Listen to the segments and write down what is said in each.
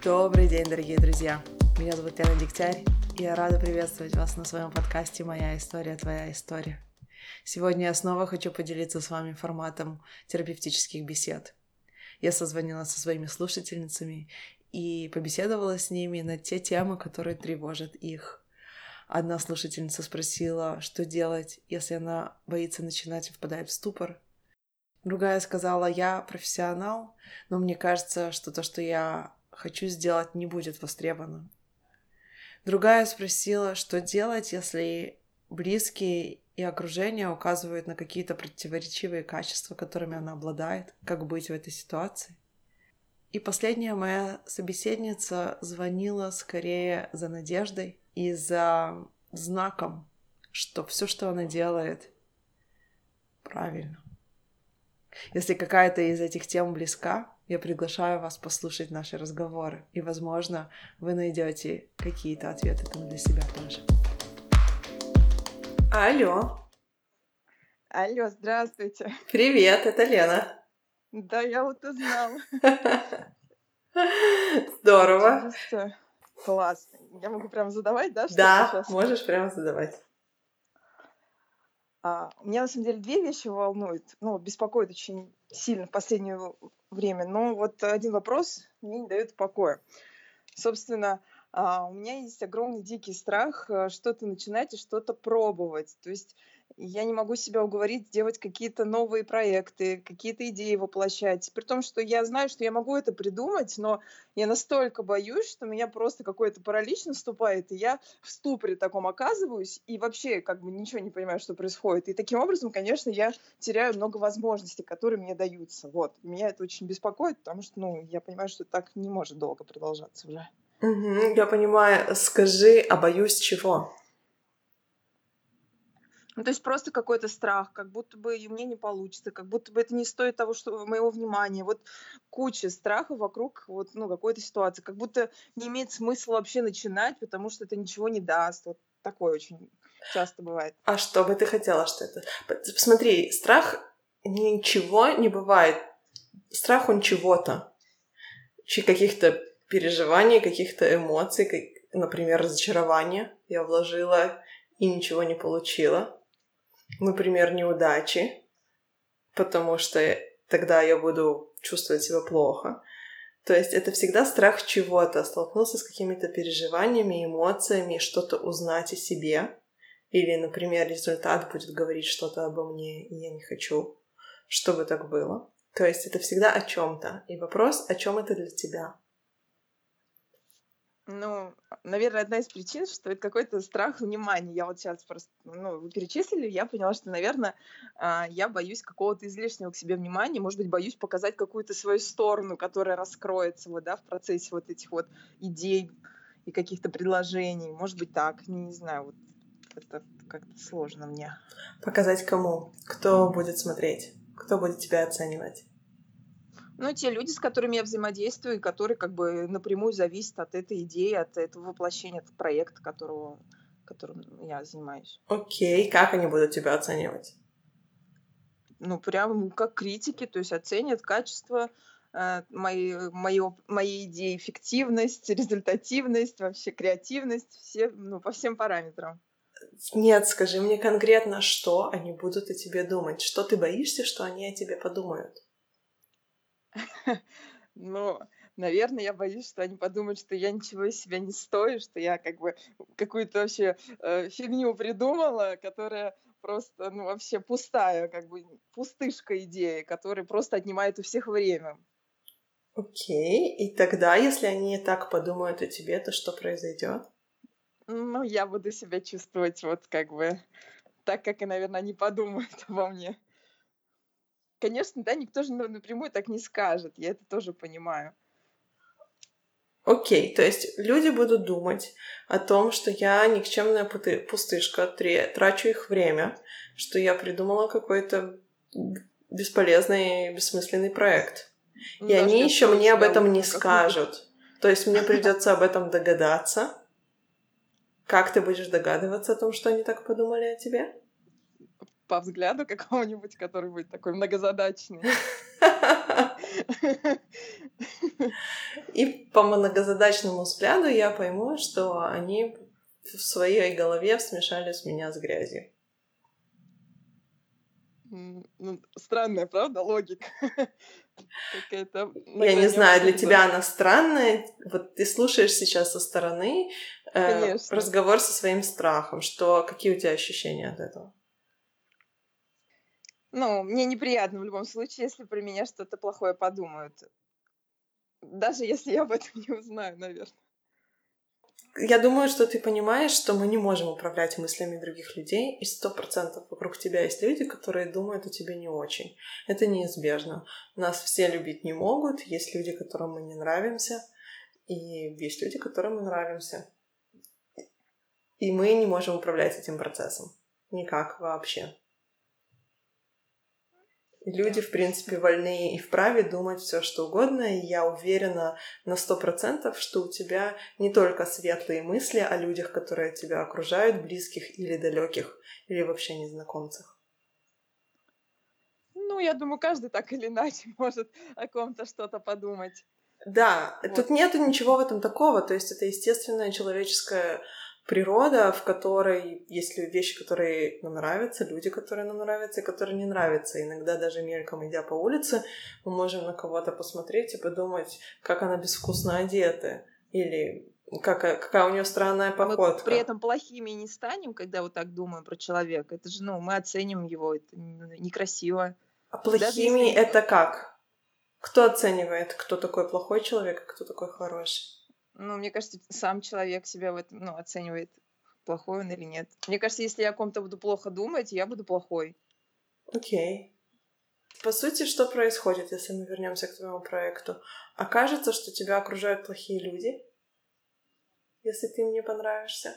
Добрый день, дорогие друзья! Меня зовут Лена Дегтярь, и я рада приветствовать вас на своем подкасте «Моя история, твоя история». Сегодня я снова хочу поделиться с вами форматом терапевтических бесед. Я созвонилась со своими слушательницами и побеседовала с ними на те темы, которые тревожат их. Одна слушательница спросила, что делать, если она боится начинать и впадает в ступор. Другая сказала: я профессионал, но мне кажется, что то, что я хочу сделать, не будет востребовано. Другая спросила, что делать, если близкие и окружение указывают на какие-то противоречивые качества, которыми она обладает, как быть в этой ситуации. И последняя моя собеседница звонила скорее за надеждой и за знаком, что все, что она делает, правильно. Если какая-то из этих тем близка, я приглашаю вас послушать наши разговоры, и, возможно, вы найдете какие-то ответы там для себя тоже. Алло. Алло, здравствуйте. Привет, это Лена. Да, я вот узнала. Здорово. Класс. Я могу прям задавать, да? Да, сейчас? можешь прямо задавать. Меня, на самом деле, две вещи волнуют, беспокоят очень сильно в последнее время. Но вот один вопрос мне не дает покоя. Собственно, у меня есть огромный дикий страх что-то начинать и что-то пробовать. То есть я не могу себя уговорить делать какие-то новые проекты, какие-то идеи воплощать. При том, что я знаю, что я могу это придумать, но я настолько боюсь, что у меня просто какой-то паралич наступает, и я в ступоре таком оказываюсь, и вообще как бы ничего не понимаю, что происходит. И таким образом, конечно, я теряю много возможностей, которые мне даются. Вот. Меня это очень беспокоит, потому что, я понимаю, что так не может долго продолжаться уже. Я понимаю. Скажи, а боюсь чего? То есть просто какой-то страх, как будто бы и мне не получится, как будто бы это не стоит того, что моего внимания. Вот куча страхов вокруг какой-то ситуации, как будто не имеет смысла вообще начинать, потому что это ничего не даст. Вот такое очень часто бывает. А что бы ты хотела, что это? Посмотри, страх ничего не бывает. Страх он чего-то. Каких-то переживаний, каких-то эмоций, как, например, разочарование. Я вложила и ничего не получила. Например, неудачи, потому что тогда я буду чувствовать себя плохо. То есть это всегда страх чего-то, столкнуться с какими-то переживаниями, эмоциями, что-то узнать о себе. Или, например, результат будет говорить что-то обо мне, и я не хочу, чтобы так было. То есть это всегда о чем-то. И вопрос, о чем это для тебя? Наверное, одна из причин, что это какой-то страх внимания. Я вот сейчас просто, вы перечислили, я поняла, что, наверное, я боюсь какого-то излишнего к себе внимания, может быть, боюсь показать какую-то свою сторону, которая раскроется в процессе вот этих вот идей и каких-то предложений. Может быть, так, не знаю, вот это как-то сложно мне. Показать кому? Кто будет смотреть? Кто будет тебя оценивать? Те люди, с которыми я взаимодействую, и которые как бы напрямую зависят от этой идеи, от этого воплощения, от проекта, которым я занимаюсь. Окей, как они будут тебя оценивать? Прям как критики, то есть оценят качество моей идеи, эффективность, результативность, вообще креативность, все, по всем параметрам. Нет, скажи мне конкретно, что они будут о тебе думать. Что ты боишься, что они о тебе подумают? Наверное, я боюсь, что они подумают, что я ничего из себя не стою, что я как бы какую-то вообще фигню придумала, которая просто, вообще пустая, как бы пустышка идеи, которая просто отнимает у всех время. Окей, и тогда, если они так подумают о тебе, то что произойдет? Я буду себя чувствовать вот как бы так, как и, наверное, они подумают обо мне. Конечно, да, никто же напрямую так не скажет, я это тоже понимаю. Окей, то есть люди будут думать о том, что я никчемная пустышка, трачу их время, что я придумала какой-то бесполезный, бессмысленный проект. И они еще мне об этом не скажут. То есть мне придется об этом догадаться. Как ты будешь догадываться о том, что они так подумали о тебе? По взгляду какого-нибудь, который будет такой многозадачный. И по многозадачному взгляду я пойму, что они в своей голове смешались меня с грязью. Ну, странная, правда, логика? Какая-то на Я не грани знаю, для абсурда. тебя она странная. Вот ты слушаешь сейчас со стороны Конечно. разговор со своим страхом. Какие у тебя ощущения от этого? Ну, мне неприятно в любом случае, если про меня что-то плохое подумают. Даже если я об этом не узнаю, наверное. Я думаю, что ты понимаешь, что мы не можем управлять мыслями других людей, и 100% вокруг тебя есть люди, которые думают о тебе не очень. Это неизбежно. Нас все любить не могут, есть люди, которым мы не нравимся, и есть люди, которым мы нравимся. И мы не можем управлять этим процессом. Никак вообще. Люди, в принципе, вольны и вправе думать все, что угодно, и я уверена на 100%, что у тебя не только светлые мысли о людях, которые тебя окружают, близких или далеких, или вообще незнакомцах. Ну, я думаю, каждый так или иначе может о ком-то что-то подумать. Да, Вот. тут нету ничего в этом такого, то есть это естественная человеческая природа, в которой есть вещи, которые нам нравятся, люди, которые нам нравятся, и которые не нравятся. Иногда даже мельком идя по улице, мы можем на кого-то посмотреть и подумать, как она безвкусно одета, или какая у нее странная походка. Мы при этом плохими не станем, когда вот так думаем про человека. Это же, мы оценим его, это некрасиво. А плохими если... это как? Кто оценивает, кто такой плохой человек, а кто такой хороший? Ну, мне кажется, сам человек себя в этом, оценивает, плохой он или нет. Мне кажется, если я о ком-то буду плохо думать, я буду плохой. Окей. По сути, что происходит, если мы вернемся к твоему проекту? Окажется, что тебя окружают плохие люди, если ты им не понравишься.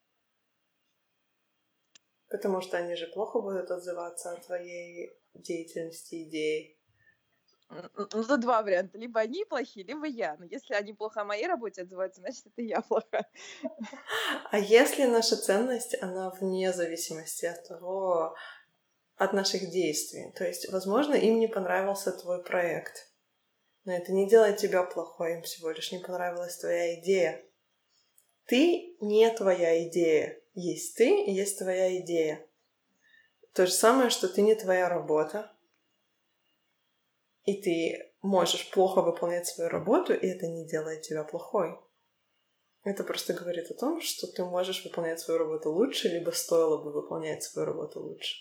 Потому что они же плохо будут отзываться о твоей деятельности, идее. Ну, тут два варианта. Либо они плохие, либо я. Но если они плохо о моей работе отзываются, значит, это я плохая. А если наша ценность, она вне зависимости от того, от наших действий? То есть, возможно, им не понравился твой проект. Но это не делает тебя плохой, им всего лишь не понравилась твоя идея. Ты не твоя идея. Есть ты и есть твоя идея. То же самое, что ты не твоя работа. И ты можешь плохо выполнять свою работу, и это не делает тебя плохой. Это просто говорит о том, что ты можешь выполнять свою работу лучше, либо стоило бы выполнять свою работу лучше.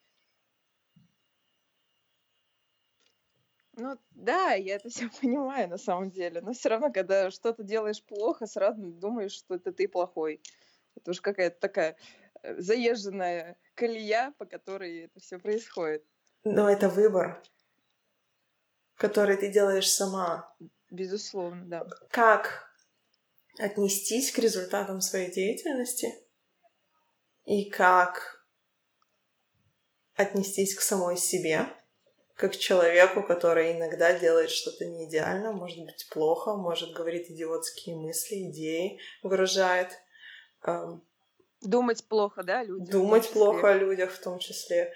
Ну да, я это все понимаю на самом деле. Но все равно, когда что-то делаешь плохо, сразу думаешь, что это ты плохой. Это уж какая-то такая заезженная колея, по которой это все происходит. Но это выбор, который ты делаешь сама. Безусловно, да. Как отнестись к результатам своей деятельности и как отнестись к самой себе, как к человеку, который иногда делает что-то не идеально, может быть плохо, может говорить идиотские мысли, идеи выражает. Думать плохо, да, о людях? Думать плохо о людях в том числе.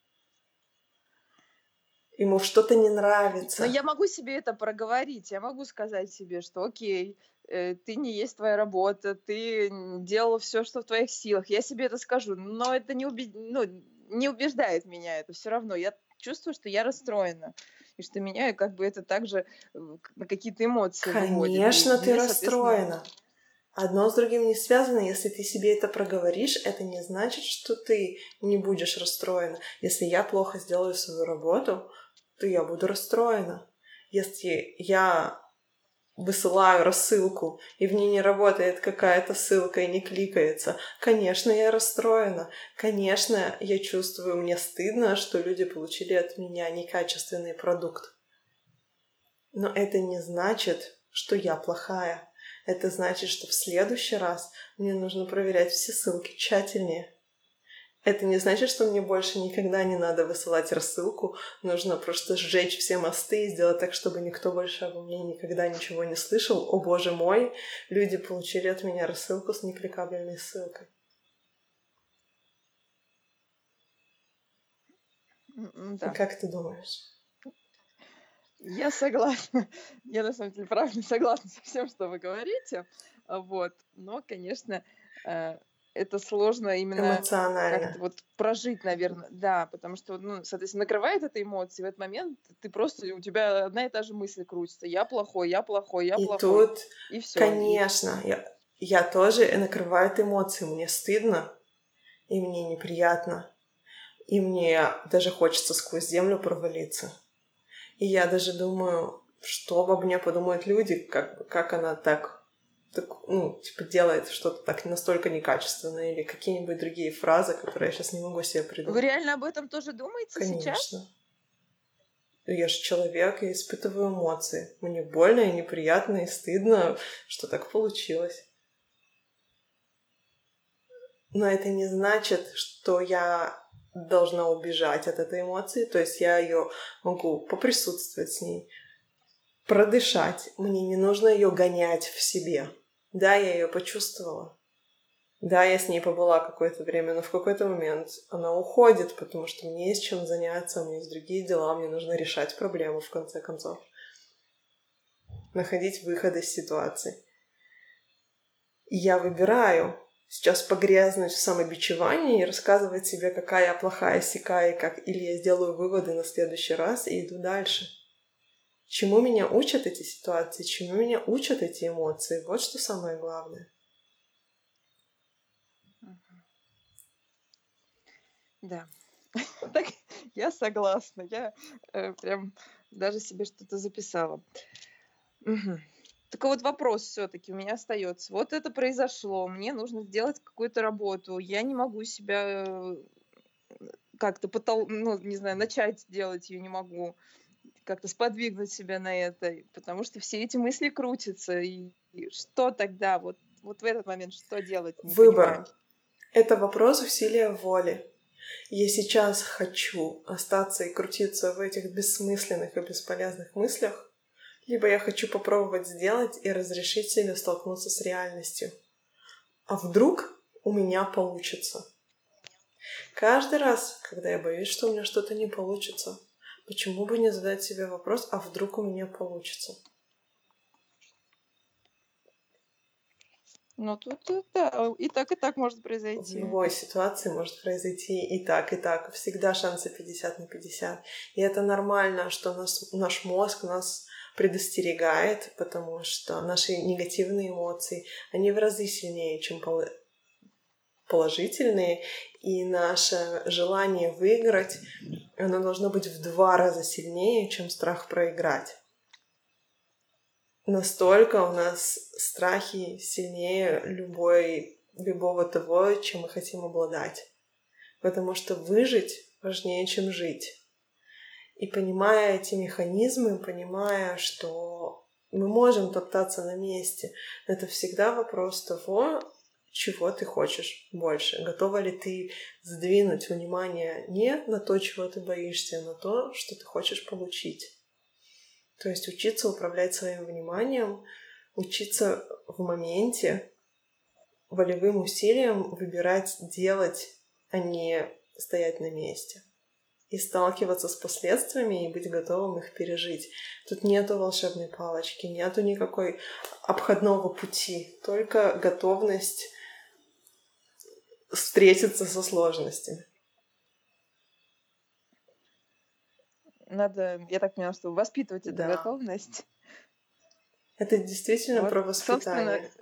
Ему что-то не нравится. Но я могу себе это проговорить. Я могу сказать себе, что окей, ты не есть твоя работа, ты делал все, что в твоих силах. Я себе это скажу, но это не убеждает меня это все равно. Я чувствую, что я расстроена. И что меня как бы это также на какие-то эмоции выводит. Конечно, ты мне, расстроена. Одно с другим не связано. Если ты себе это проговоришь, это не значит, что ты не будешь расстроена. Если я плохо сделаю свою работу, то я буду расстроена. Если я высылаю рассылку, и в ней не работает какая-то ссылка и не кликается, конечно, я расстроена. Конечно, я чувствую, мне стыдно, что люди получили от меня некачественный продукт. Но это не значит, что я плохая. Это значит, что в следующий раз мне нужно проверять все ссылки тщательнее. Это не значит, что мне больше никогда не надо высылать рассылку. Нужно просто сжечь все мосты и сделать так, чтобы никто больше обо мне никогда ничего не слышал. О боже мой, люди получили от меня рассылку с некликабельной ссылкой. Да. Как ты думаешь? Я согласна. Я на самом деле правда согласна со всем, что вы говорите. Вот. Но, конечно, э, это сложно именно Эмоционально. как-то вот прожить, наверное. Да, потому что, ну, соответственно, накрывает эта эмоция, и в этот момент ты просто, у тебя одна и та же мысль крутится. Я плохой, я плохой, я И плохой. тут, И все. И конечно, я тоже накрывает эмоции. Мне стыдно, и мне неприятно, и мне даже хочется сквозь землю провалиться. И я даже думаю, что обо мне подумают люди, как она так, ну, типа, делает что-то так настолько некачественное, или какие-нибудь другие фразы, которые я сейчас не могу себе вы придумать. реально об этом тоже думаете сейчас? Конечно. Я же человек, я испытываю эмоции. Мне больно и неприятно, и стыдно, что так получилось. Но это не значит, что я должна убежать от этой эмоции. То есть я ее могу поприсутствовать с ней, продышать. Мне не нужно ее гонять в себе. Да, я ее почувствовала. Да, я с ней побыла какое-то время, но в какой-то момент она уходит, потому что мне есть чем заняться, у меня есть другие дела, мне нужно решать проблему в конце концов. Находить выход из ситуации. И я выбираю сейчас погрязнуть в самобичевании и рассказывать себе, какая я плохая, сякая, или я сделаю выводы на следующий раз и иду дальше. Чему меня учат эти ситуации, чему меня учат эти эмоции, вот что самое главное. Да. Так, я согласна. Я прям даже себе что-то записала. Мгм. Так вот вопрос все-таки у меня остается. Вот это произошло, мне нужно сделать какую-то работу, я не могу себя как-то ну, не знаю, начать делать ее не могу, как-то сподвигнуть себя на это, потому что все эти мысли крутятся. И что тогда? Вот в этот момент что делать? Не понимаю. Выбор — это вопрос усилия воли. Я сейчас хочу остаться и крутиться в этих бессмысленных и бесполезных мыслях, либо я хочу попробовать сделать и разрешить себе столкнуться с реальностью. А вдруг у меня получится? Каждый раз, когда я боюсь, что у меня что-то не получится, почему бы не задать себе вопрос, а вдруг у меня получится? Ну, тут, да, и так может В произойти. любой ситуации может произойти и так, и так. Всегда шансы 50/50. И это нормально, что наш мозг нас предостерегает, потому что наши негативные эмоции, они в разы сильнее, чем положительные, и наше желание выиграть, оно должно быть в 2 раза сильнее, чем страх проиграть. Настолько у нас страхи сильнее любого того, чем мы хотим обладать. Потому что выжить важнее, чем жить. И понимая эти механизмы, понимая, что мы можем топтаться на месте, это всегда вопрос того, чего ты хочешь больше. Готова ли ты сдвинуть внимание не на то, чего ты боишься, а на то, что ты хочешь получить. То есть учиться управлять своим вниманием, учиться в моменте, волевым усилием выбирать делать, а не стоять на месте. И сталкиваться с последствиями и быть готовым их пережить. Тут нету волшебной палочки, нету никакой обходного пути, только готовность встретиться со сложностями. Надо, я так поняла, что воспитывать эту Да. готовность. Это действительно Вот, про собственно, воспитание.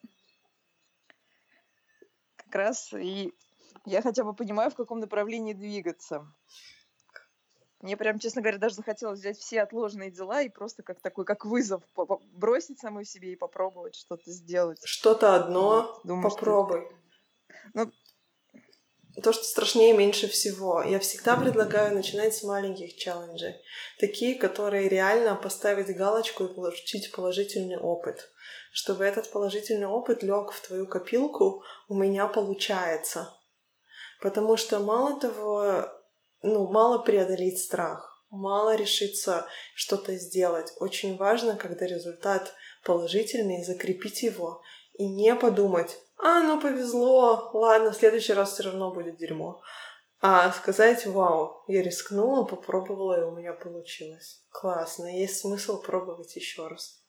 как раз и я хотя бы понимаю, в каком направлении двигаться. Мне прям, честно говоря, даже захотелось взять все отложенные дела и просто как такой, как вызов, бросить самой себе и попробовать что-то сделать. Что-то одно Вот, думаю, попробуй. Ну, То, что страшнее меньше всего. Я всегда предлагаю начинать с маленьких челленджей. Такие, которые реально поставить галочку и получить положительный опыт. Чтобы этот положительный опыт лег в твою копилку, у меня получается. Потому что мало того, мало преодолеть страх, мало решиться что-то сделать. Очень важно, когда результат положительный, закрепить его и не подумать: повезло, ладно, в следующий раз все равно будет дерьмо. А сказать, вау, я рискнула, попробовала, и у меня получилось. Классно, есть смысл пробовать еще раз.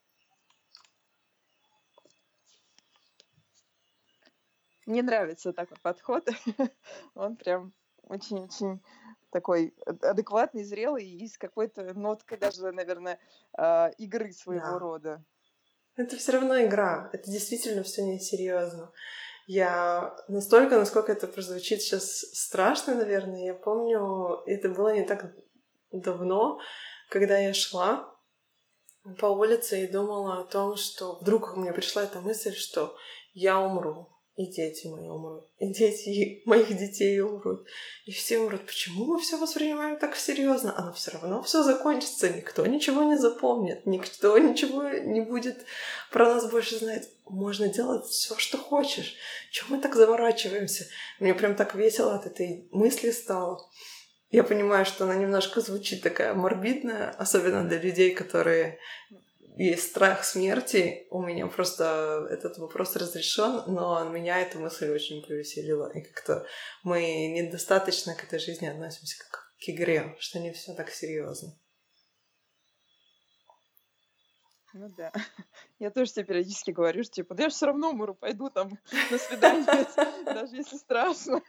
Мне нравится такой подход. Он прям очень-очень такой адекватный, зрелый и с какой-то ноткой даже, наверное, игры своего Да. рода. Это все равно игра. Это действительно все несерьезно. Я настолько, насколько это прозвучит сейчас страшно, наверное, я помню, это было не так давно, когда я шла по улице и думала о том, что вдруг у меня пришла эта мысль, что я умру, и дети мои умрут, и дети моих детей умрут, и все умрут. Почему мы все воспринимаем так серьезно? Оно все равно все закончится, никто ничего не запомнит, никто ничего не будет про нас больше знать. Можно делать все, что хочешь. Чего мы так заморачиваемся? Мне прям так весело от этой мысли стало. Я понимаю, что она немножко звучит такая морбидная, особенно для людей, которые есть страх смерти. У меня просто этот вопрос разрешен, но меня эта мысль очень повеселила. И как-то мы недостаточно к этой жизни относимся как к игре, что не все так серьезно. Ну да. Я тоже себе периодически говорю, что типа, да я все равно умру, пойду там на свидание, даже если страшно.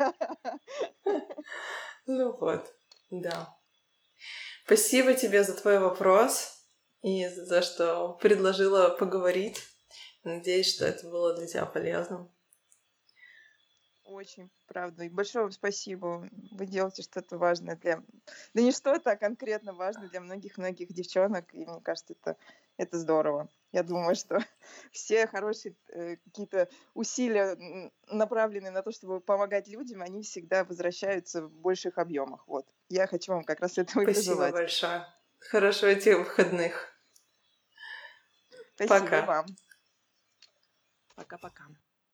Ну вот, да. Спасибо тебе за твой вопрос и за что предложила поговорить. Надеюсь, что это было для тебя полезным. Очень, правда. И большое вам спасибо. Вы делаете что-то важное для... Да не что-то, а конкретно важное для многих-многих девчонок. И мне кажется, это здорово. Я думаю, что все хорошие какие-то усилия, направленные на то, чтобы помогать людям, они всегда возвращаются в больших объемах. Вот. Я хочу вам как раз этого и Спасибо пожелать. большое. Хорошего тебе выходных. Спасибо Пока. вам. Пока-пока.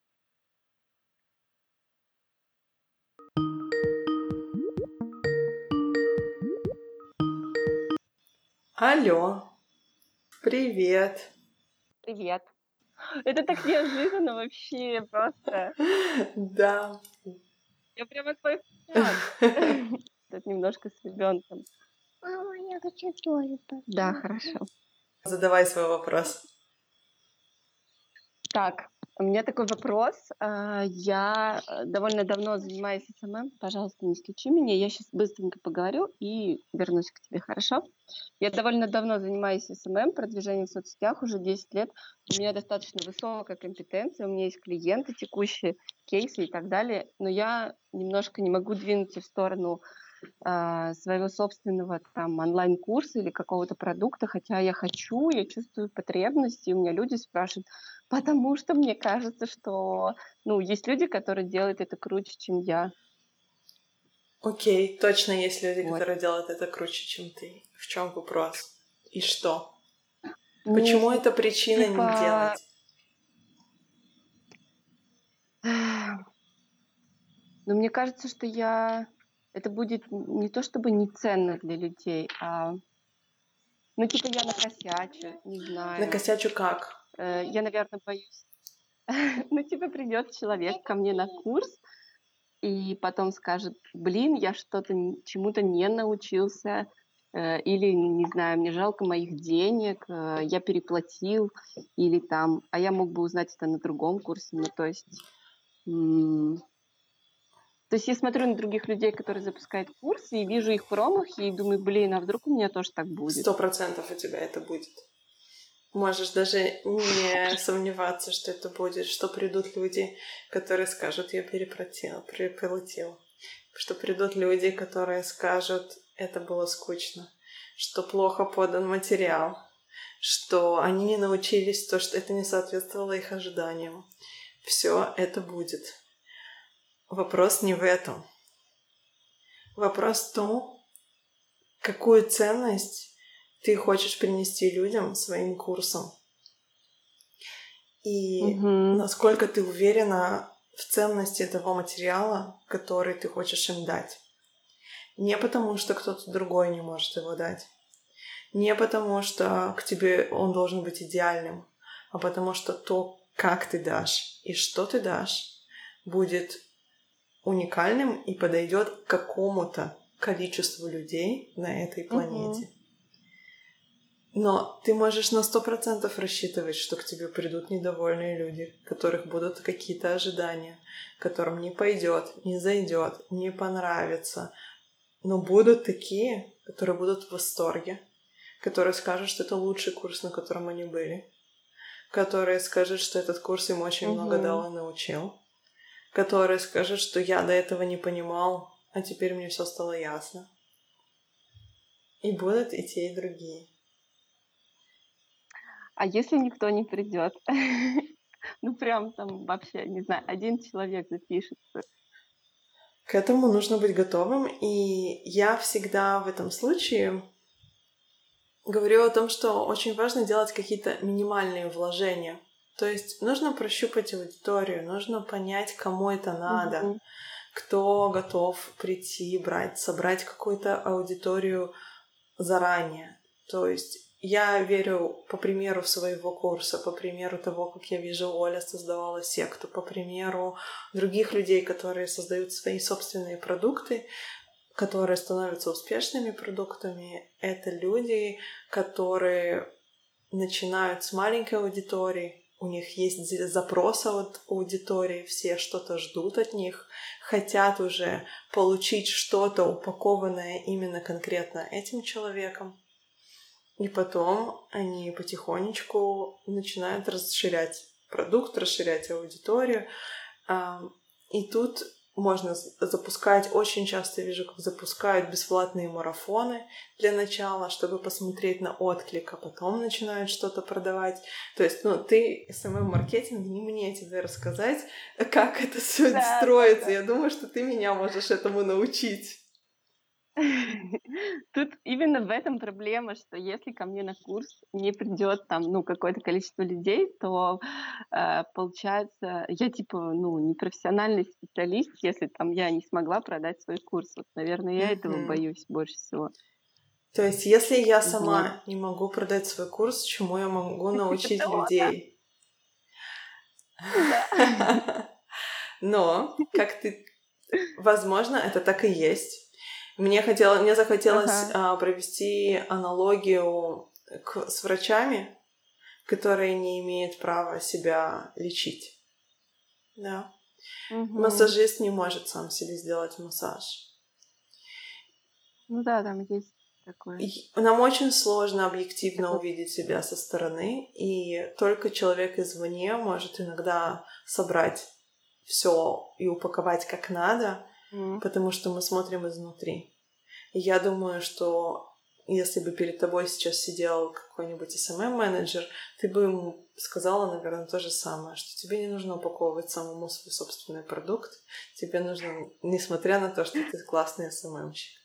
Алло. Привет. Привет. Это так неожиданно вообще, просто. Да. Я прямо твой фанат. Тут немножко с ребенком. Мама, я хочу тоже. Да, хорошо. Задавай свой вопрос. Так, у меня такой вопрос. Я довольно давно занимаюсь СММ. Пожалуйста, не исключи меня. Я сейчас быстренько поговорю и вернусь к тебе, хорошо? Я довольно давно занимаюсь СММ, продвижением в соцсетях, уже 10 лет. У меня достаточно высокая компетенция, у меня есть клиенты текущие, кейсы и так далее. Но я немножко не могу двинуться в сторону своего собственного там онлайн-курса или какого-то продукта, хотя я хочу, я чувствую потребность, и у меня люди спрашивают, потому что мне кажется, что, есть люди, которые делают это круче, чем я. Окей, точно есть люди, Вот. которые делают это круче, чем ты. В чем вопрос? И что? Почему это причина не делать? Мне кажется, что это будет не то чтобы не ценно для людей, а я накосячу, не знаю. Накосячу как? Я, наверное, боюсь. Придет человек ко мне на курс и потом скажет, я что-то чему-то не научился, или, не знаю, мне жалко моих денег, я переплатил, или там, а я мог бы узнать это на другом курсе. То есть я смотрю на других людей, которые запускают курсы, и вижу их промахи, и думаю, а вдруг у меня тоже так будет? 100% у тебя это будет. Можешь даже не сомневаться, что это будет, что придут люди, которые скажут, я переплатил. Что придут люди, которые скажут, это было скучно, что плохо подан материал, что они не научились, то, что это не соответствовало их ожиданиям. Все это будет. Вопрос не в этом. Вопрос в том, какую ценность ты хочешь принести людям своим курсом. И насколько ты уверена в ценности того материала, который ты хочешь им дать. Не потому, что кто-то другой не может его дать. Не потому, что к тебе он должен быть идеальным, а потому что то, как ты дашь и что ты дашь, будет уникальным и подойдет к какому-то количеству людей на этой планете. Но ты можешь на 100% рассчитывать, что к тебе придут недовольные люди, у которых будут какие-то ожидания, которым не пойдет, не зайдет, не понравится. Но будут такие, которые будут в восторге, которые скажут, что это лучший курс, на котором они были, которые скажут, что этот курс им очень много дал и научил, которые скажут, что я до этого не понимал, а теперь мне все стало ясно. И будут и те, и другие. А если никто не придет? Ну, прям там вообще, не знаю, один человек запишется. К этому нужно быть готовым. И я всегда в этом случае говорю о том, что очень важно делать какие-то минимальные вложения. То есть нужно прощупать аудиторию, нужно понять, кому это надо, кто готов прийти, собрать какую-то аудиторию заранее. То есть я верю по примеру своего курса, по примеру того, как я вижу, Оля создавала секту, по примеру других людей, которые создают свои собственные продукты, которые становятся успешными продуктами. Это люди, которые начинают с маленькой аудитории, у них есть запрос от аудитории, все что-то ждут от них, хотят уже получить что-то упакованное именно конкретно этим человеком. И потом они потихонечку начинают расширять продукт, расширять аудиторию. И тут можно запускать, очень часто вижу, как запускают бесплатные марафоны для начала, чтобы посмотреть на отклик, а потом начинают что-то продавать. То есть, ты SMM-маркетинг, не мне тебе рассказать, как это все строится. Я думаю, что ты меня можешь этому научить. Тут именно в этом проблема, что если ко мне на курс не придет там, какое-то количество людей, то получается, я непрофессиональный специалист, если там я не смогла продать свой курс. Вот, наверное, я этого боюсь больше всего. То есть, если я сама не могу продать свой курс, чему я могу научить людей? Но, возможно, это так и есть. Мне захотелось провести аналогию с врачами, которые не имеют права себя лечить. Да. Массажист не может сам себе сделать массаж. Ну да, там есть такое. Нам очень сложно объективно увидеть себя со стороны, и только человек извне может иногда собрать все и упаковать как надо, потому что мы смотрим изнутри. И я думаю, что если бы перед тобой сейчас сидел какой-нибудь SMM-менеджер, ты бы ему сказала, наверное, то же самое, что тебе не нужно упаковывать самому свой собственный продукт, тебе нужно, несмотря на то, что ты классный SMM-щик.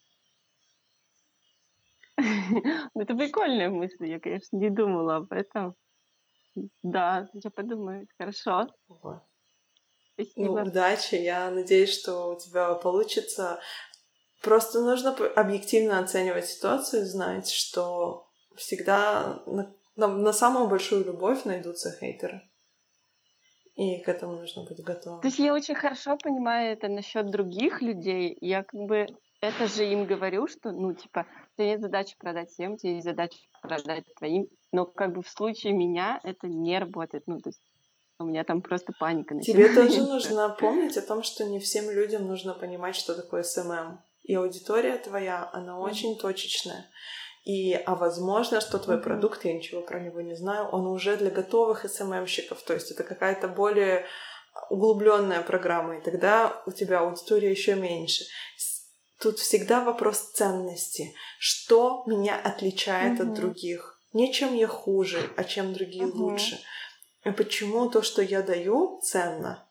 Это прикольная мысль, я, конечно, не думала об этом. Да, я подумаю, хорошо. Спасибо. Удачи, я надеюсь, что у тебя получится. Просто нужно объективно оценивать ситуацию, знать, что всегда на самую большую любовь найдутся хейтеры. И к этому нужно быть готовым. То есть я очень хорошо понимаю это насчет других людей. Я это же им говорю, что, у тебя нет задачи продать всем, у тебя есть задача продать твоим. Но в случае меня это не работает. То есть у меня там просто паника начинается. Тебе тоже нужно помнить о том, что не всем людям нужно понимать, что такое SMM. И аудитория твоя, она очень точечная. А возможно, что твой продукт, я ничего про него не знаю, он уже для готовых SMM-щиков. То есть это какая-то более углубленная программа, и тогда у тебя аудитория еще меньше. Тут всегда вопрос ценности. Что меня отличает от других? Не чем я хуже, а чем другие лучше. И почему то, что я даю, ценно?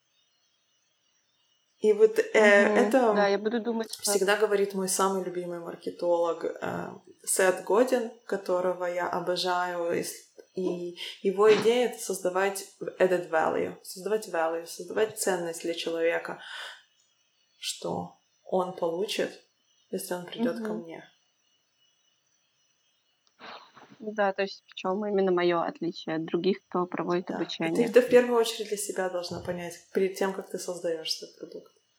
И вот это да, я буду думать, всегда говорит мой самый любимый маркетолог Сет Годин, которого я обожаю. И его идея — это создавать added value, создавать ценность для человека, что он получит, если он придет ко мне. Да, то есть в чем именно мое отличие от других, кто проводит обучение. Ты в первую очередь для себя должна понять перед тем, как ты создаешь свой продукт.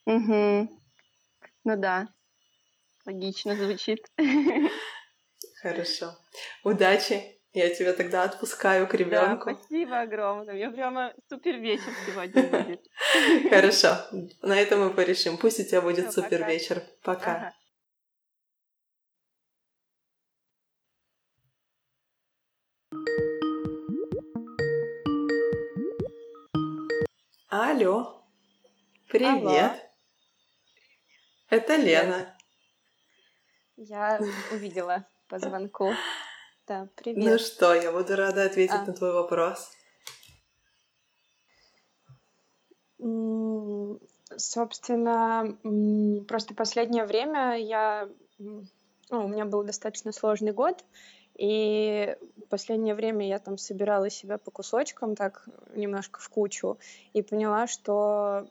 Угу. Ну да, логично звучит. Хорошо. Удачи. Я тебя тогда отпускаю к Да, ребенку. спасибо огромное. У меня прямо супер вечер сегодня будет. Хорошо. На этом мы порешим. Пусть у тебя будет Всё, супер пока. вечер. Пока. Ага. Алло. Алло, Привет. Это привет. Лена. Я увидела по звонку. Да, Ну привет. что, я буду рада ответить А, на твой вопрос. Собственно, просто последнее время у меня был достаточно сложный год, и последнее время я там собирала себя по кусочкам, так немножко в кучу, и поняла, что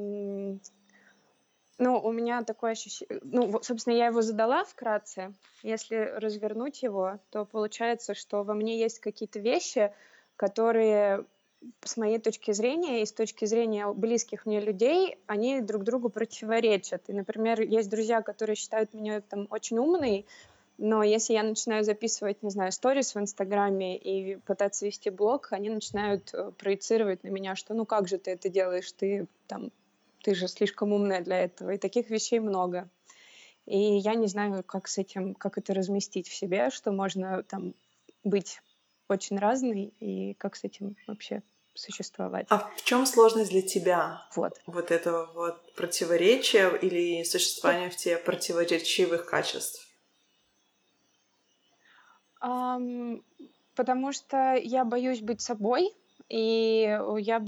у меня такое ощущение, собственно, я его задала вкратце. Если развернуть его, то получается, что во мне есть какие-то вещи, которые, с моей точки зрения и с точки зрения близких мне людей, они друг другу противоречат. И, например, есть друзья, которые считают меня там очень умной, но если я начинаю записывать, не знаю, сторис в Инстаграме и пытаться вести блог, они начинают проецировать на меня, что ну как же ты это делаешь, ты же слишком умная для этого. И таких вещей много. И я не знаю, как это разместить в себе, что можно там быть очень разной и как с этим вообще существовать. А в чем сложность для тебя Вот. вот этого вот противоречия или существования в тебе противоречивых качеств? Потому что я боюсь быть собой, и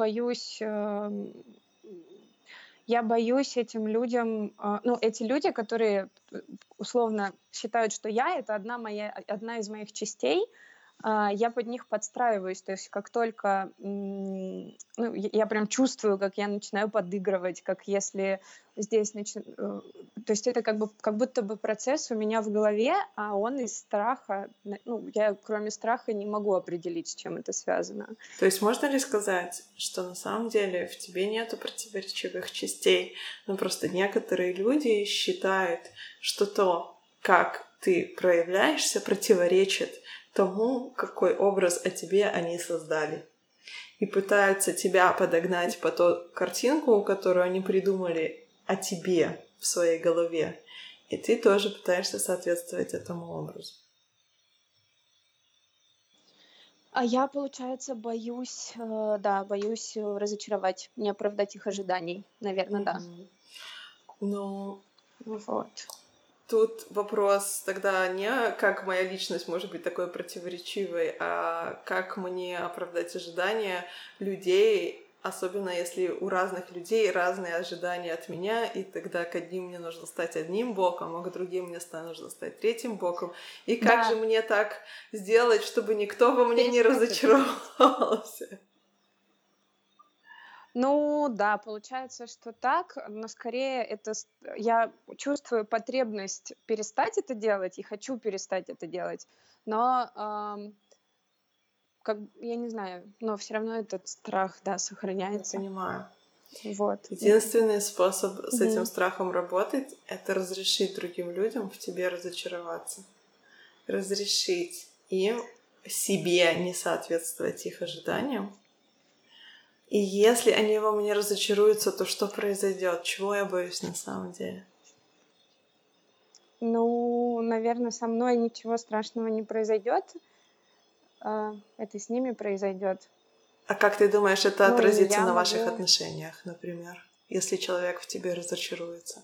я боюсь этим людям, эти люди, которые условно считают, что я это одна из моих частей, я под них подстраиваюсь. То есть как только я прям чувствую, как я начинаю подыгрывать, как если здесь то есть это как будто бы процесс у меня в голове, а он из страха. Я кроме страха не могу определить, с чем это связано. То есть можно ли сказать, что на самом деле в тебе нету противоречивых частей, но просто некоторые люди считают, что то, как ты проявляешься, противоречит тому, какой образ о тебе они создали. И пытаются тебя подогнать под ту картинку, которую они придумали о тебе в своей голове. И ты тоже пытаешься соответствовать этому образу. А я, получается, боюсь разочаровать, не оправдать их ожиданий. Наверное, да. Ну, Вот. тут вопрос тогда не как моя личность может быть такой противоречивой, а как мне оправдать ожидания людей, особенно если у разных людей разные ожидания от меня, и тогда к одним мне нужно стать одним боком, а к другим мне нужно стать третьим боком. И как же мне так сделать, чтобы никто во мне не разочаровался? Да, получается, что так, но скорее я чувствую потребность перестать это делать и хочу перестать это делать, но я не знаю, но все равно этот страх, да, сохраняется. Я понимаю. Вот. Единственный способ с этим страхом работать — это разрешить другим людям в тебе разочароваться. Разрешить им себе не соответствовать их ожиданиям. И если они во мне разочаруются, то что произойдет? Чего я боюсь на самом деле? Наверное, со мной ничего страшного не произойдет. Это с ними произойдет. А как ты думаешь, это отразится на ваших могу... отношениях, например, если человек в тебе разочаруется?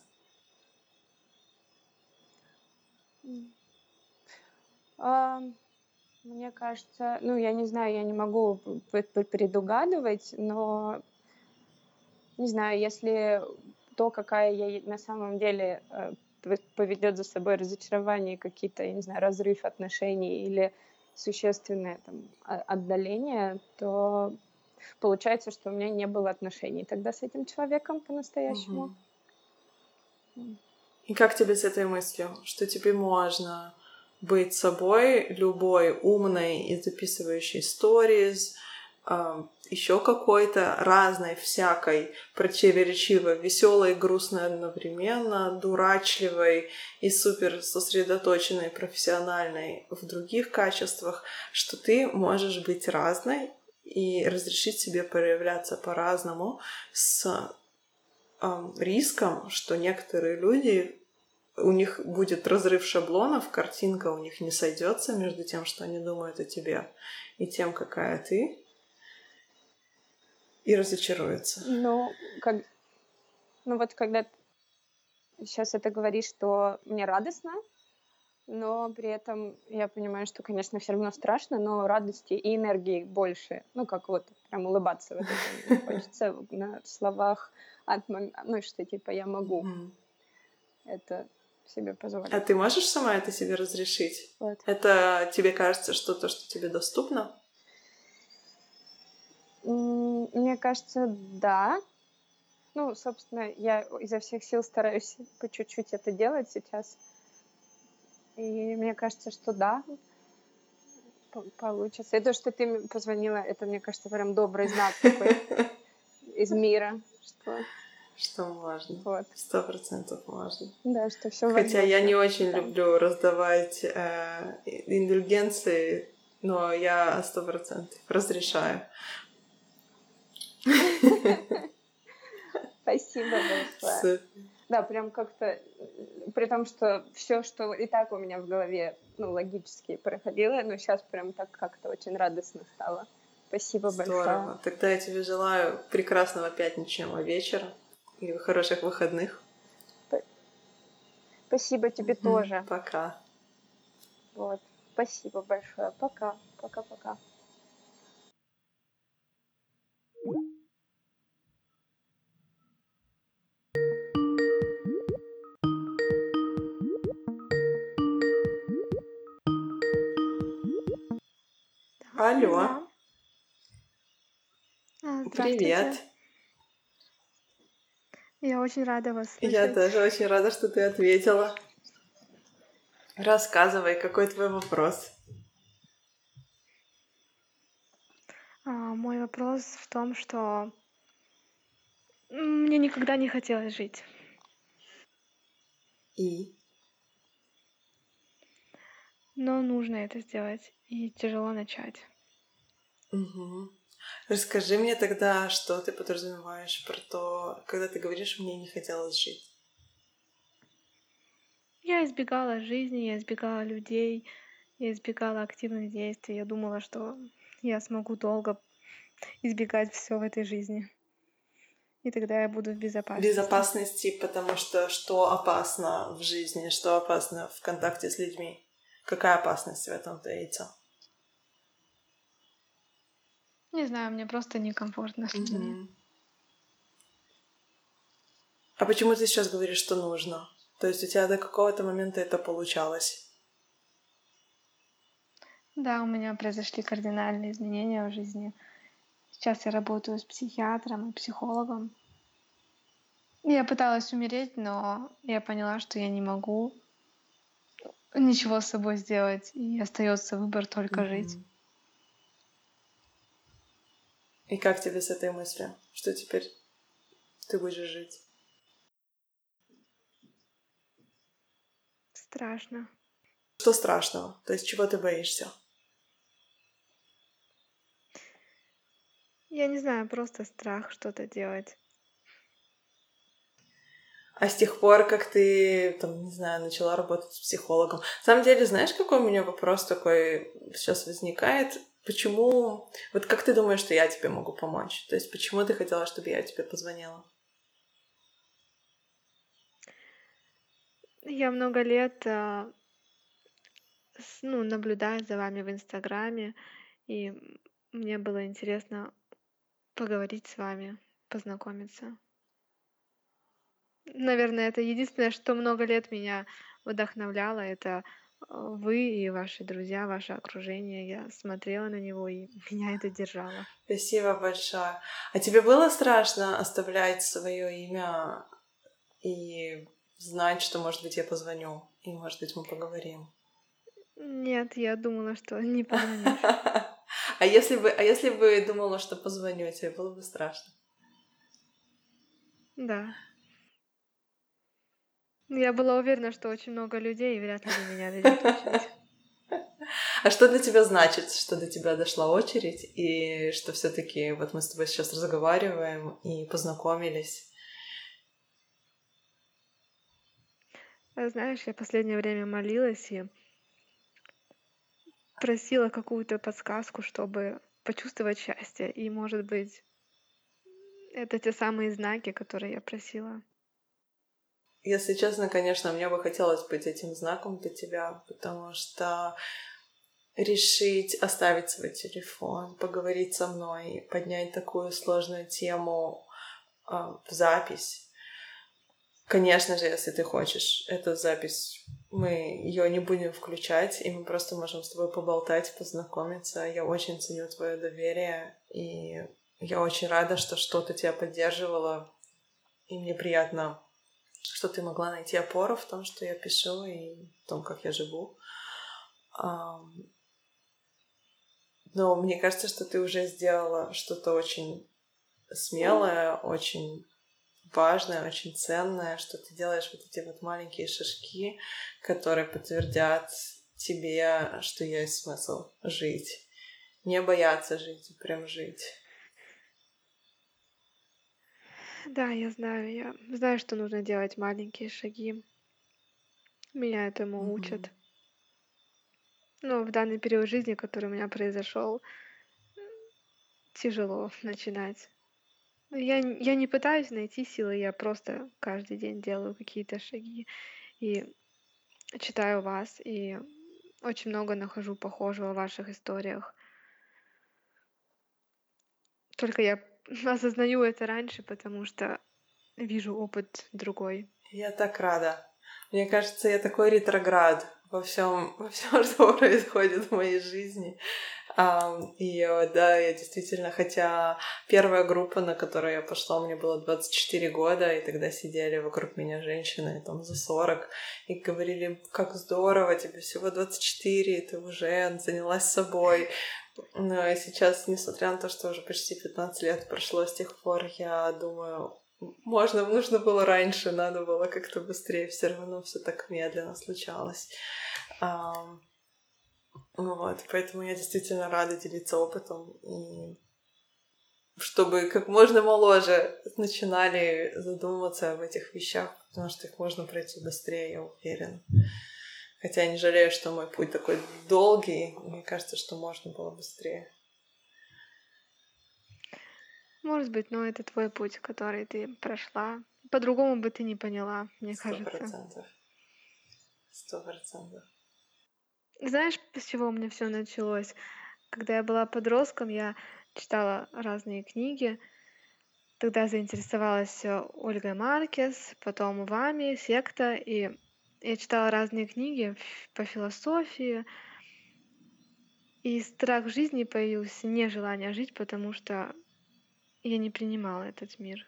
Мне кажется, я не знаю, я не могу предугадывать, но не знаю, если то, какая я на самом деле поведет за собой разочарование, какие-то, я не знаю, разрыв отношений или существенное там отдаление, то получается, что у меня не было отношений тогда с этим человеком по-настоящему. И как тебе с этой мыслью, что тебе можно быть собой, любой умной и записывающей stories, еще какой-то разной, всякой, противоречивой, веселой, грустной одновременно, дурачливой и супер сосредоточенной, профессиональной в других качествах, что ты можешь быть разной и разрешить себе проявляться по-разному с риском, что некоторые люди, у них будет разрыв шаблонов, картинка у них не сойдется между тем, что они думают о тебе, и тем, какая ты, и разочаруются. Ну, вот когда ты сейчас это говоришь, что мне радостно, но при этом я понимаю, что, конечно, все равно страшно, но радости и энергии больше. Ну, как вот прям улыбаться в этот момент хочется на словах, ну, что типа я могу это себе позволить. А ты можешь сама это себе разрешить? Вот. Это тебе кажется что-то, что тебе доступно? Мне кажется, да. Ну, собственно, я изо всех сил стараюсь по чуть-чуть это делать сейчас. И мне кажется, что да, получится. И то, что ты позвонила, это, мне кажется, прям добрый знак такой из мира. Что можно. Вот. 100% можно. Да, что все. Хотя я не очень люблю раздавать индульгенции, но я 100% разрешаю. Спасибо большое. Да, прям как-то, при том, что все, что и так у меня в голове, ну, логически проходило, но сейчас прям так как-то очень радостно стало. Спасибо большое. Здорово. Тогда я тебе желаю прекрасного пятничного вечера и хороших выходных. Спасибо тебе тоже. Пока. Вот. Спасибо большое. Пока. Пока-пока. Алло. Привет. Я очень рада вас слышать. Я тоже очень рада, что ты ответила. Рассказывай, какой твой вопрос? Мой вопрос в том, что мне никогда не хотелось жить. И? Но нужно это сделать, и тяжело начать. Угу. Расскажи мне тогда, что ты подразумеваешь про то, когда ты говоришь «мне не хотелось жить». Я избегала жизни, я избегала людей, я избегала активных действий. Я думала, что я смогу долго избегать все в этой жизни. И тогда я буду в безопасности. Безопасности, потому что опасно в жизни, что опасно в контакте с людьми? Какая опасность в этом таится? Не знаю, мне просто некомфортно с людьми. А почему ты сейчас говоришь, что нужно? То есть у тебя до какого-то момента это получалось? Да, у меня произошли кардинальные изменения в жизни. Сейчас я работаю с психиатром и психологом. Я пыталась умереть, но я поняла, что я не могу ничего с собой сделать, и остается выбор только жить. И как тебе с этой мыслью, что теперь ты будешь жить? Страшно. Что страшного? То есть чего ты боишься? Я не знаю, просто страх что-то делать. А с тех пор, как ты, там, не знаю, начала работать с психологом, на самом деле, знаешь, какой у меня вопрос такой сейчас возникает? Почему... Вот как ты думаешь, что я тебе могу помочь? То есть почему ты хотела, чтобы я тебе позвонила? Я много лет наблюдаю за вами в Инстаграме, и мне было интересно поговорить с вами, познакомиться. Наверное, это единственное, что много лет меня вдохновляло, это вы и ваши друзья, ваше окружение. Я смотрела на него, и меня это держало. Спасибо большое. А тебе было страшно оставлять свое имя и знать, что, может быть, я позвоню, и, может быть, мы поговорим? Нет, я думала, что не позвонишь. А если бы думала, что позвоню, тебе было бы страшно? Да. Я была уверена, что очень много людей, и вряд ли до меня дойдет очередь. А что для тебя значит, что до тебя дошла очередь, и что все-таки вот мы с тобой сейчас разговариваем и познакомились? Знаешь, я последнее время молилась и просила какую-то подсказку, чтобы почувствовать счастье. И, может быть, это те самые знаки, которые я просила. Если честно, конечно, мне бы хотелось быть этим знаком для тебя, потому что решить оставить свой телефон, поговорить со мной, поднять такую сложную тему в запись. Конечно же, если ты хочешь эту запись, мы ее не будем включать, и мы просто можем с тобой поболтать, познакомиться. Я очень ценю твое доверие, и я очень рада, что что-то тебя поддерживало, и мне приятно, что ты могла найти опору в том, что я пишу, и в том, как я живу. Но мне кажется, что ты уже сделала что-то очень смелое, очень важное, очень ценное, что ты делаешь вот эти вот маленькие шажки, которые подтвердят тебе, что есть смысл жить. Не бояться жить, а прям жить. Да, я знаю, что нужно делать маленькие шаги. Меня этому учат. Но в данный период жизни, который у меня произошел, тяжело начинать. Я не пытаюсь найти силы, я просто каждый день делаю какие-то шаги и читаю вас, и очень много нахожу похожего в ваших историях. Только я осознаю это раньше, потому что вижу опыт другой. Я так рада. Мне кажется, я такой ретроград во всем, что происходит в моей жизни. Да, я действительно, хотя первая группа, на которую я пошла, мне было 24 года, и тогда сидели вокруг меня женщины, там, за 40, и говорили, как здорово, тебе всего 24, и ты уже занялась собой. Но и сейчас, несмотря на то, что уже почти 15 лет прошло с тех пор, я думаю, нужно было раньше, надо было как-то быстрее, все равно все так медленно случалось. Вот, поэтому я действительно рада делиться опытом, и чтобы как можно моложе начинали задумываться об этих вещах, потому что их можно пройти быстрее, я уверена. Хотя я не жалею, что мой путь такой долгий, мне кажется, что можно было быстрее. Может быть, но это твой путь, который ты прошла. По-другому бы ты не поняла, мне кажется. 100%. Знаешь, с чего у меня все началось? Когда я была подростком, я читала разные книги. Тогда заинтересовалась Ольгой Маркес, потом вами, секта, и я читала разные книги по философии, и страх жизни появился, нежелание жить, потому что я не принимала этот мир.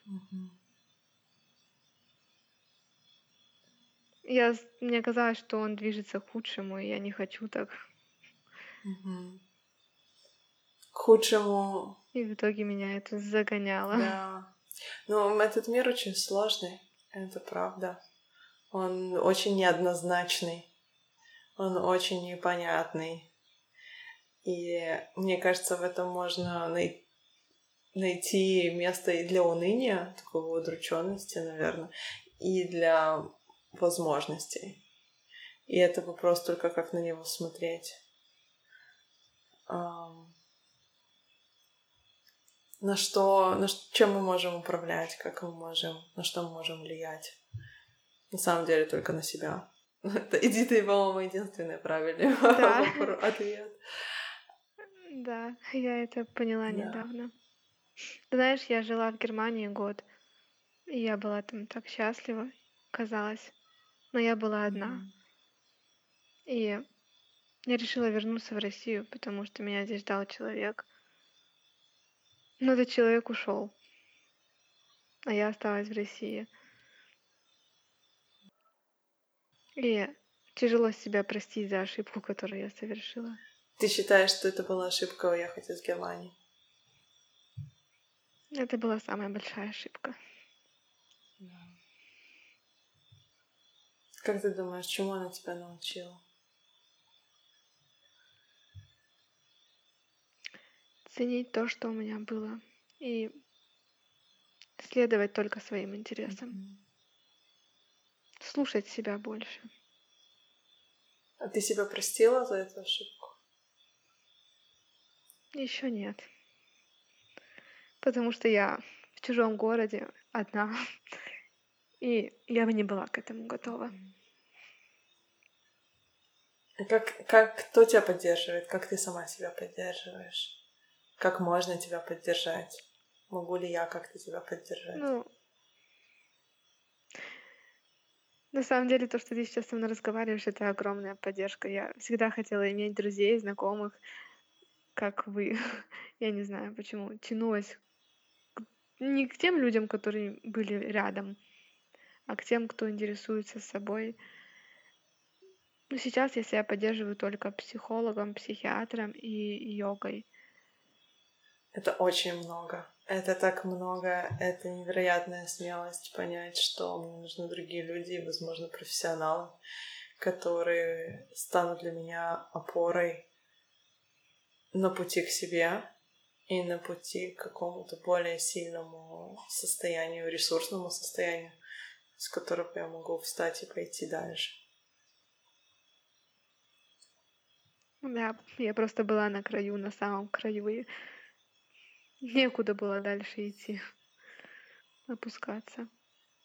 Мне казалось, что он движется к худшему, и я не хочу так. К худшему. И в итоге меня это загоняло. Да. Ну, этот мир очень сложный, это правда. Он очень неоднозначный, он очень непонятный. И мне кажется, в этом можно найти место и для уныния, такого удрученности, наверное, и для возможностей. И это вопрос только, как на него смотреть. Чем мы можем управлять, как мы можем, на что мы можем влиять. На самом деле только на себя. Иди ты, по-моему, единственный правильный ответ. Да, я это поняла недавно. Знаешь, я жила в Германии год, и я была там так счастлива, казалось. Но я была одна. И я решила вернуться в Россию, потому что меня здесь ждал человек. Но этот человек ушел, а я осталась в России. И тяжело себя простить за ошибку, которую я совершила. Ты считаешь, что это была ошибка уехать из Германии? Это была самая большая ошибка. Как ты думаешь, чему она тебя научила? Ценить то, что у меня было, и следовать только своим интересам. Слушать себя больше. А ты себя простила за эту ошибку? Еще нет. Потому что я в чужом городе одна. И я бы не была к этому готова. Кто тебя поддерживает? Как ты сама себя поддерживаешь? Как можно тебя поддержать? Могу ли я как-то тебя поддержать? Ну, на самом деле, то, что ты сейчас со мной разговариваешь, это огромная поддержка. Я всегда хотела иметь друзей, знакомых, как вы. Я не знаю, почему. Тянулась не к тем людям, которые были рядом, а к тем, кто интересуется собой. Но сейчас я себя поддерживаю только психологом, психиатром и йогой. Это очень много. Это так много. Это невероятная смелость понять, что мне нужны другие люди и, возможно, профессионалы, которые станут для меня опорой на пути к себе и на пути к какому-то более сильному состоянию, ресурсному состоянию, с которого я могу встать и пойти дальше. Да, я просто была на краю, на самом краю, и некуда было дальше идти, опускаться.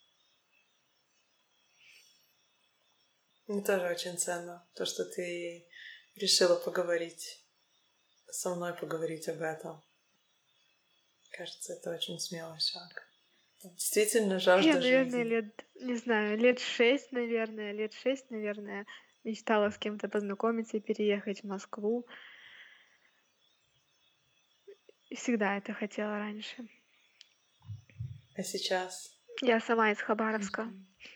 Мне тоже очень ценно то, что ты решила поговорить со мной, поговорить об этом. Кажется, это очень смелый шаг. Действительно, Я, жажда наверное, жизни. не знаю, лет 6, наверное, мечтала с кем-то познакомиться и переехать в Москву. И всегда это хотела раньше. А сейчас? Я сама из Хабаровска.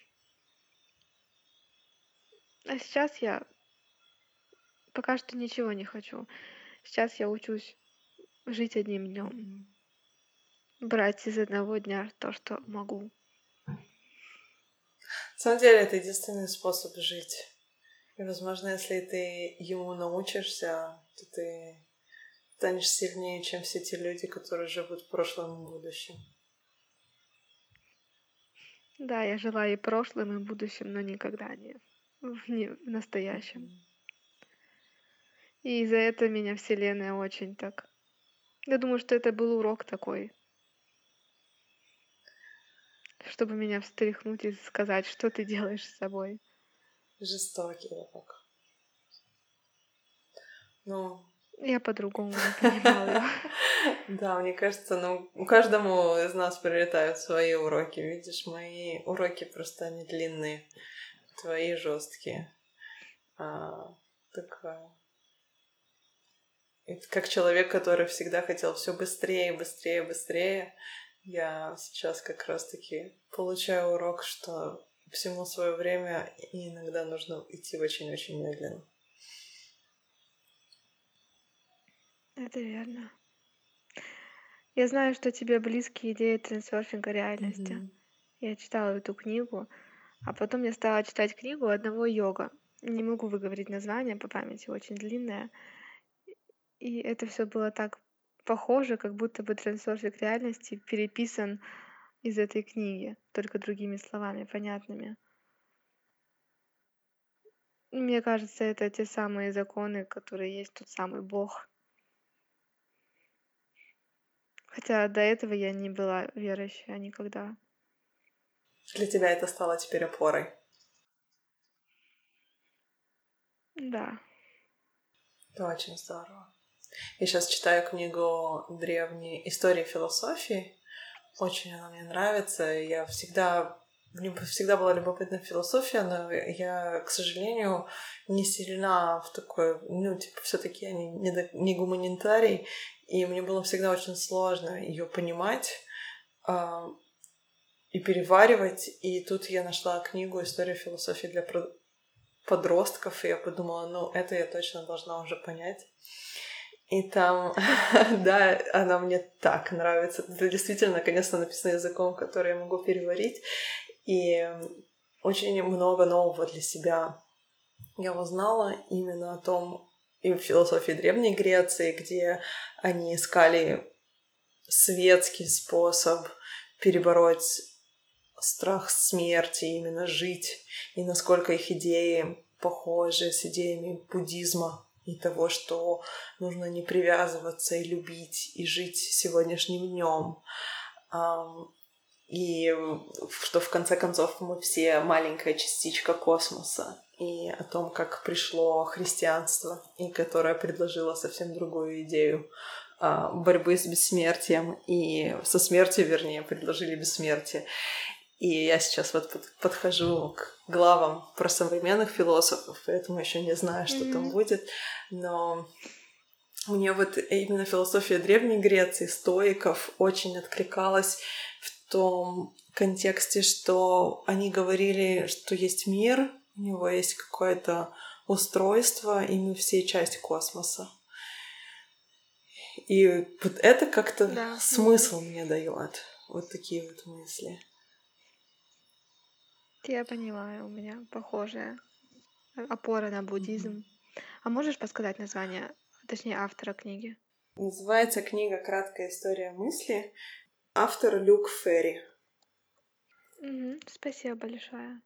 А сейчас я пока что ничего не хочу. Сейчас я учусь жить одним днем, брать из одного дня то, что могу. На самом деле, это единственный способ жить. И, возможно, если ты ему научишься, то ты станешь сильнее, чем все те люди, которые живут в прошлом и будущем. Да, я жила и прошлым, и будущим, но никогда не в настоящем. И из-за этого меня Вселенная очень так... Я думаю, что это был урок такой, чтобы меня встряхнуть и сказать, что ты делаешь с собой. Жестокий урок. Ну... Я по-другому не понимала его. Да, мне кажется, у каждому из нас прилетают свои уроки. Видишь, мои уроки просто они длинные, твои жесткие. Такое. И как человек, который всегда хотел все быстрее, быстрее, быстрее, я сейчас как раз-таки получаю урок, что всему свое время, и иногда нужно идти очень-очень медленно. Это верно. Я знаю, что тебе близки идеи трансерфинга реальности. Я читала эту книгу, а потом я стала читать книгу одного йога. Не могу выговорить название по памяти, очень длинное. И это все было так похоже, как будто бы трансерфинг реальности переписан из этой книги, только другими словами, понятными. И мне кажется, это те самые законы, которые есть тот самый Бог. Хотя до этого я не была верующая никогда. Для тебя это стало теперь опорой. Да. Это очень здорово. Я сейчас читаю книгу «Древние истории философии». Очень она мне нравится. Мне всегда была любопытна философия, но я, к сожалению, не сильна в такой... все-таки я не гуманитарий, и мне было всегда очень сложно ее понимать и переваривать. И тут я нашла книгу «История философии для подростков, и я подумала, ну, это я точно должна уже понять. И там, да, она мне так нравится. Это действительно, наконец-то, написано языком, который я могу переварить. И очень много нового для себя я узнала именно о том, и в философии Древней Греции, где они искали светский способ перебороть страх смерти, именно жить, и насколько их идеи похожи с идеями буддизма и того, что нужно не привязываться и любить, и жить сегодняшним днем. И что в конце концов мы все маленькая частичка космоса, и о том, как пришло христианство, и которое предложило совсем другую идею борьбы с бессмертием, и со смертью, вернее, предложили бессмертие. И я сейчас вот подхожу к главам про современных философов, поэтому еще не знаю, что там будет, но мне вот именно философия Древней Греции, стоиков, очень откликалась в том контексте, что они говорили, что есть мир, у него есть какое-то устройство, и мы все часть космоса. И вот это как-то смысл мне дает. Вот такие вот мысли. Я понимаю, у меня похожая опора на буддизм. А можешь подсказать название, точнее, автора книги? Называется книга «Краткая история мысли». Автор Люк Ферри. Спасибо большое.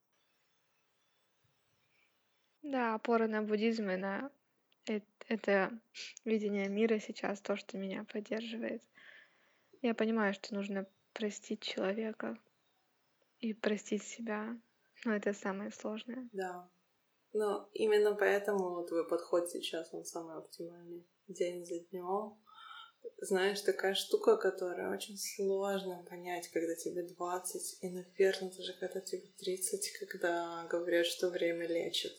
Да, опора на буддизм и на это видение мира сейчас, то, что меня поддерживает. Я понимаю, что нужно простить человека и простить себя. Но это самое сложное. Да. Но именно поэтому твой подход сейчас, он самый оптимальный. День за днем. Знаешь, такая штука, которая очень сложно понять, когда тебе 20, и, наверное, даже когда тебе 30, когда говорят, что время лечит.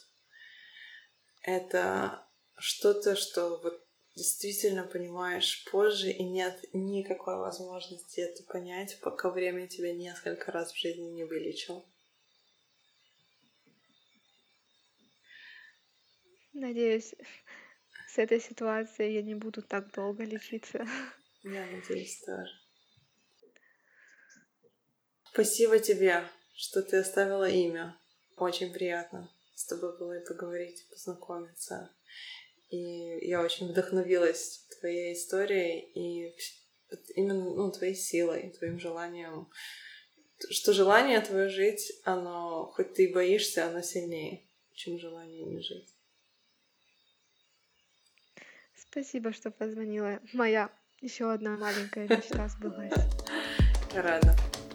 Это что-то, что вот действительно понимаешь позже, и нет никакой возможности это понять, пока время тебя несколько раз в жизни не вылечил. Надеюсь, с этой ситуацией я не буду так долго лечиться. Я надеюсь тоже. Спасибо тебе, что ты оставила имя. Очень приятно с тобой было и поговорить, познакомиться. И я очень вдохновилась твоей историей и именно твоей силой, твоим желанием. Что желание твое жить, оно, хоть ты и боишься, оно сильнее, чем желание не жить. Спасибо, что позвонила. Моя еще одна маленькая мечта сбылась. Рада.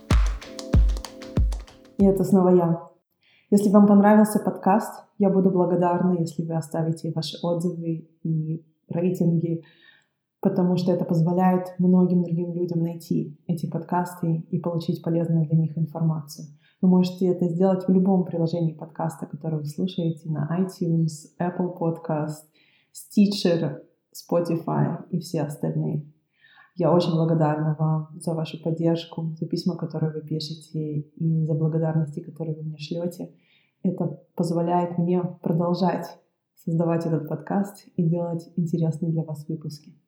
И это снова я. Если вам понравился подкаст, я буду благодарна, если вы оставите ваши отзывы и рейтинги, потому что это позволяет многим другим людям найти эти подкасты и получить полезную для них информацию. Вы можете это сделать в любом приложении подкаста, которое вы слушаете, на iTunes, Apple Podcast, Stitcher, Spotify и все остальные. Я очень благодарна вам за вашу поддержку, за письма, которые вы пишете, и за благодарности, которые вы мне шлете. Это позволяет мне продолжать создавать этот подкаст и делать интересные для вас выпуски.